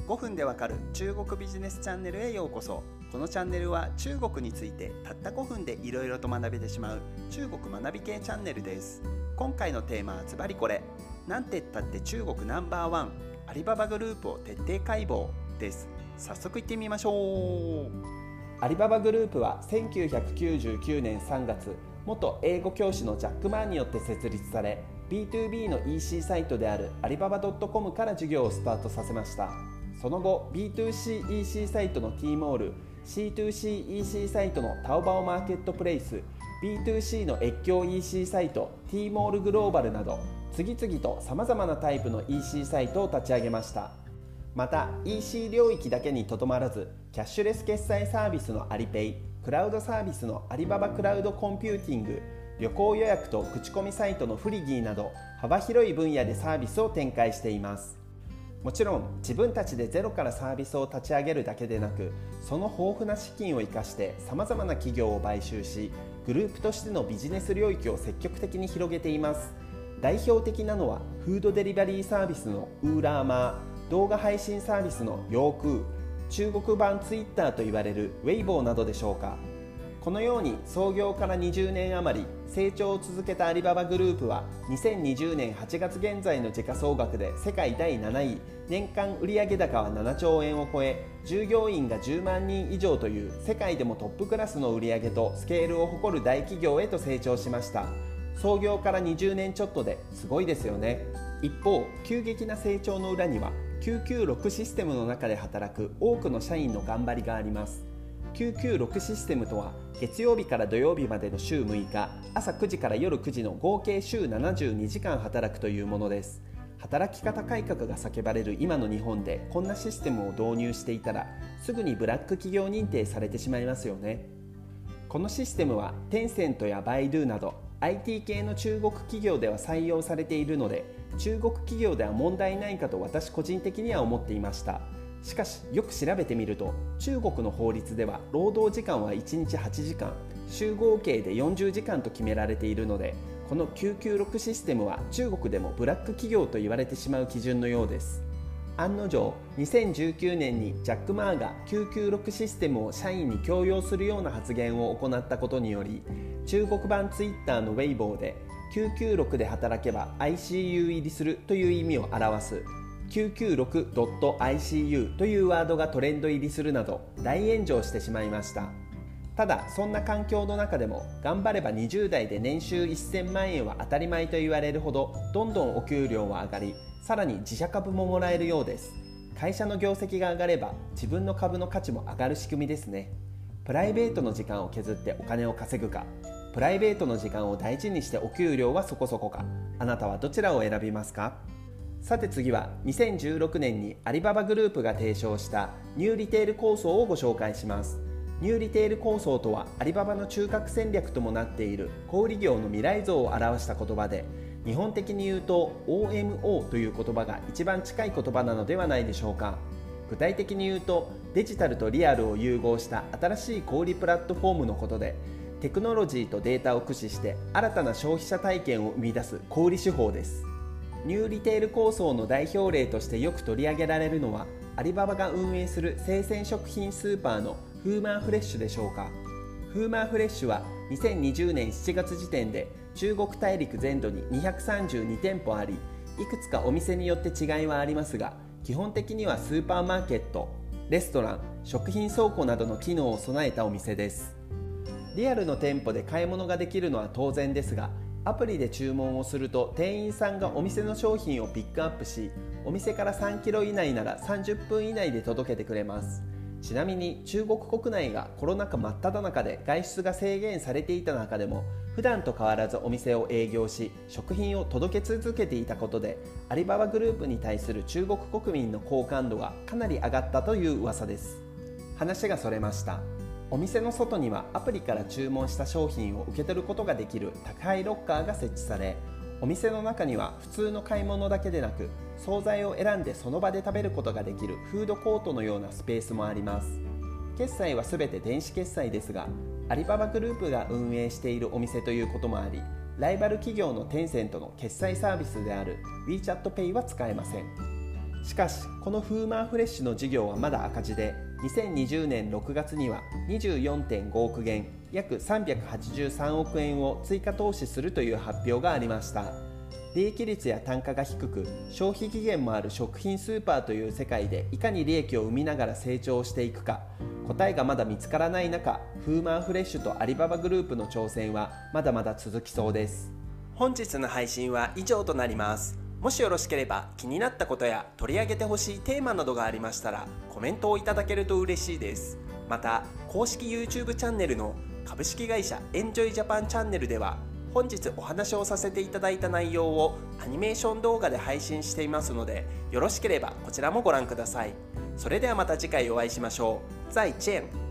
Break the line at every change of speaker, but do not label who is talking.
5分でわかる中国ビジネスチャンネルへようこそ。このチャンネルは中国についてたった5分でいろいろと学べてしまう中国学び系チャンネルです。今回のテーマはズバリこれ、なんて言ったって中国ナンバーワンアリババグループを徹底解剖です。早速行ってみましょう。アリババグループは1999年3月、元英語教師のジャック・マーによって設立され、 B2B の EC サイトであるアリババ .com から事業をスタートさせました。その後 B2CEC サイトの T モール、 C2CEC サイトのタオバオマーケットプレイス、 B2C の越境 EC サイト T モールグローバルなど、次々とさまざまなタイプの EC サイトを立ち上げました。また EC 領域だけにとどまらず、キャッシュレス決済サービスのアリペイ、クラウドサービスのアリババクラウドコンピューティング、旅行予約と口コミサイトのフリギーなど、幅広い分野でサービスを展開しています。もちろん自分たちでゼロからサービスを立ち上げるだけでなく、その豊富な資金を生かしてさまざまな企業を買収し、グループとしてのビジネス領域を積極的に広げています。代表的なのはフードデリバリーサービスのウーラーマー、動画配信サービスのヨークー、中国版ツイッターと言われるウェイボーなどでしょうか。このように創業から20年余り成長を続けたアリババグループは、2020年8月現在の時価総額で世界第7位、年間売上高は7兆円を超え、従業員が10万人以上という世界でもトップクラスの売上とスケールを誇る大企業へと成長しました。創業から20年ちょっとですごいですよね。一方、急激な成長の裏には996システムの中で働く多くの社員の頑張りがあります。996システムとは、月曜日から土曜日までの週6日、朝9時から夜9時の合計週72時間働くというものです。働き方改革が叫ばれる今の日本でこんなシステムを導入していたら、すぐにブラック企業認定されてしまいますよね。このシステムはテンセントやバイドゥなど IT 系の中国企業では採用されているので、中国企業では問題ないかと私個人的には思っていました。しかしよく調べてみると、中国の法律では労働時間は1日8時間、週合計で40時間と決められているので、この996システムは中国でもブラック企業と言われてしまう基準のようです。案の定、2019年にジャック・マーが996システムを社員に強要するような発言を行ったことにより、中国版ツイッターのウェイボーで996で働けば ICU 入りするという意味を表す 996.ICU というワードがトレンド入りするなど大炎上してしまいました。ただそんな環境の中でも、頑張れば20代で年収1000万円は当たり前と言われるほど、どんどんお給料は上がり、さらに自社株ももらえるようです。会社の業績が上がれば自分の株の価値も上がる仕組みですね。プライベートの時間を削ってお金を稼ぐか、プライベートの時間を大事にしてお給料はそこそこか、あなたはどちらを選びますか？さて次は2016年にアリババグループが提唱したニューリテール構想をご紹介します。ニューリテール構想とは、アリババの中核戦略ともなっている小売業の未来像を表した言葉で、日本的に言うと OMO という言葉が一番近い言葉なのではないでしょうか。具体的に言うと、デジタルとリアルを融合した新しい小売プラットフォームのことで、テクノロジーとデータを駆使して新たな消費者体験を生み出す小売手法です。ニューリテール構想の代表例としてよく取り上げられるのは、アリババが運営する生鮮食品スーパーのフーマーフレッシュでしょうか。フーマーフレッシュは2020年7月時点で中国大陸全土に232店舗あり、いくつかお店によって違いはありますが、基本的にはスーパーマーケット、レストラン、食品倉庫などの機能を備えたお店です。リアルの店舗で買い物ができるのは当然ですが、アプリで注文をすると店員さんがお店の商品をピックアップし、お店から3キロ以内なら30分以内で届けてくれます。ちなみに中国国内がコロナ禍真っ只中で外出が制限されていた中でも、普段と変わらずお店を営業し、食品を届け続けていたことで、アリババグループに対する中国国民の好感度がかなり上がったという噂です。話がそれました。お店の外にはアプリから注文した商品を受け取ることができる宅配ロッカーが設置され、お店の中には普通の買い物だけでなく、惣菜を選んでその場で食べることができるフードコートのようなスペースもあります。決済はすべて電子決済ですが、アリババグループが運営しているお店ということもあり、ライバル企業のテンセントの決済サービスである WeChat Pay は使えません。 しかしこのフーマーフレッシュの事業はまだ赤字で、2020年6月には 24.5 億元約383億円を追加投資するという発表がありました。利益率や単価が低く消費期限もある食品スーパーという世界でいかに利益を生みながら成長していくか、答えがまだ見つからない中、フーマーフレッシュとアリババグループの挑戦はまだまだ続きそうです。本日の配信は以上となります。もしよろしければ気になったことや取り上げてほしいテーマなどがありましたらコメントをいただけると嬉しいです。また公式 YouTube チャンネルの株式会社エンジョイジャパンチャンネルでは、本日お話をさせていただいた内容をアニメーション動画で配信していますので、よろしければこちらもご覧ください。それではまた次回お会いしましょう。再见。